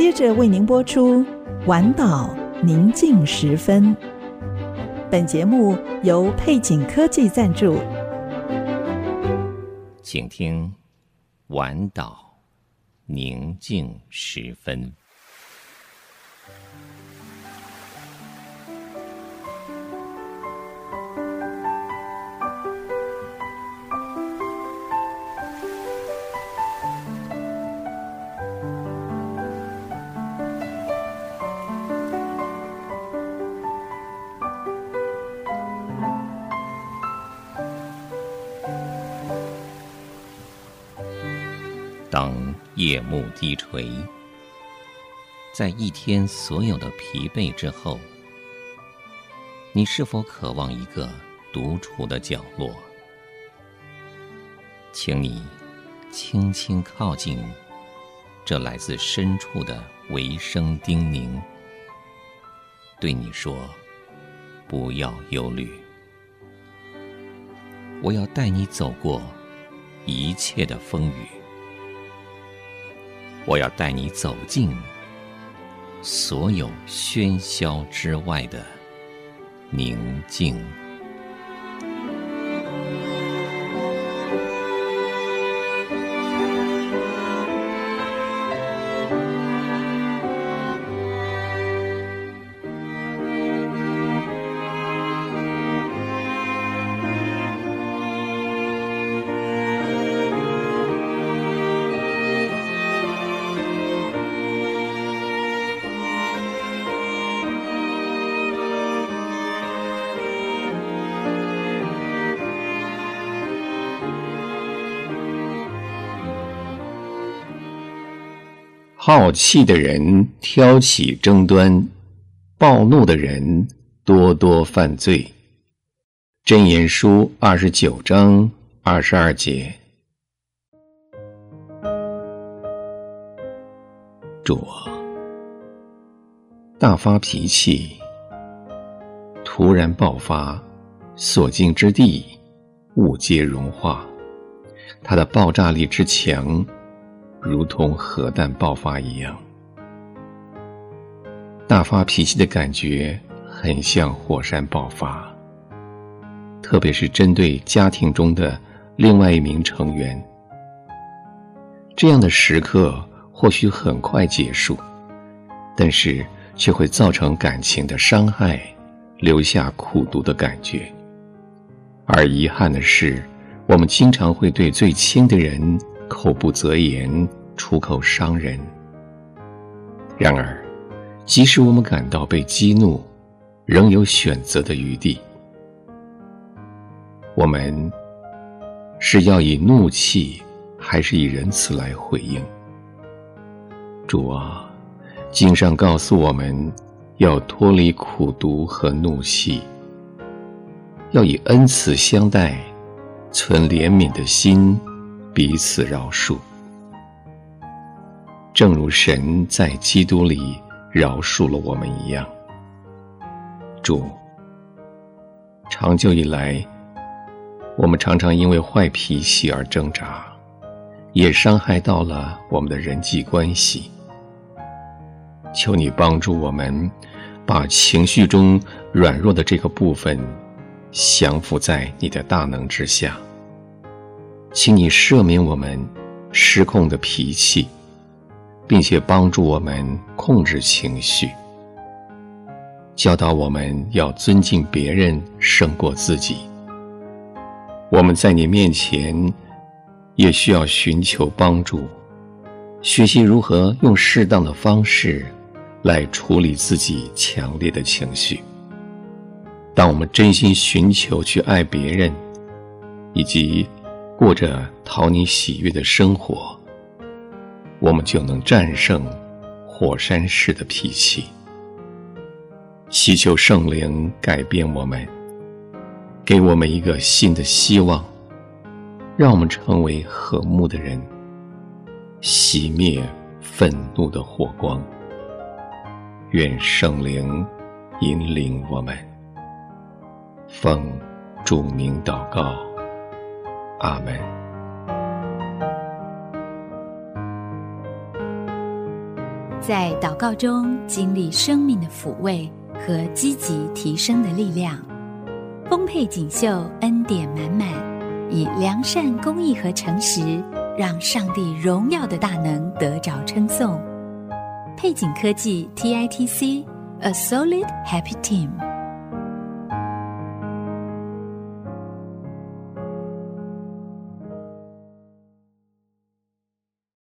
接着为您播出晚岛宁静时分。本节目由配景科技赞助， 请听晚岛宁静时分。当夜幕低垂，在一天所有的疲惫之后，你是否渴望一个独处的角落？请你轻轻靠近这来自深处的微声叮咛，对你说：不要忧虑，我要带你走过一切的风雨，我要带你走进所有喧嚣之外的宁静。 好气的人挑起争端，暴怒的人多多犯罪。箴言书29章22节。主啊，大发脾气，突然爆发，所经之地物皆融化，它的爆炸力之强如同核弹爆发一样。大发脾气的感觉很像火山爆发，特别是针对家庭中的另外一名成员。这样的时刻或许很快结束，但是却会造成感情的伤害，留下苦毒的感觉。而遗憾的是，我们经常会对最亲的人口不择言，出口伤人。然而，即使我们感到被激怒，仍有选择的余地。我们是要以怒气，还是以仁慈来回应？主啊，经上告诉我们，要脱离苦毒和怒气，要以恩慈相待，存怜悯的心，彼此饶恕，正如神在基督里饶恕了我们一样。主，长久以来，我们常常因为坏脾气而挣扎，也伤害到了我们的人际关系。求你帮助我们，把情绪中软弱的这个部分降服在你的大能之下。请你赦免我们失控的脾气，并且帮助我们控制情绪，教导我们要尊敬别人胜过自己。我们在你面前也需要寻求帮助，学习如何用适当的方式来处理自己强烈的情绪。当我们真心寻求去爱别人，以及过着讨你喜悦的生活，我们就能战胜火山式的脾气。祈求圣灵改变我们，给我们一个新的希望，让我们成为和睦的人，熄灭愤怒的火光。愿圣灵引领我们。奉主名祷告，阿们。 在祷告中经历生命的抚慰和积极提升的力量。丰沛锦绣，恩典满满，以良善、公义和诚实，让上帝荣耀的大能得着称颂。配景科技 TITC，A Solid Happy Team。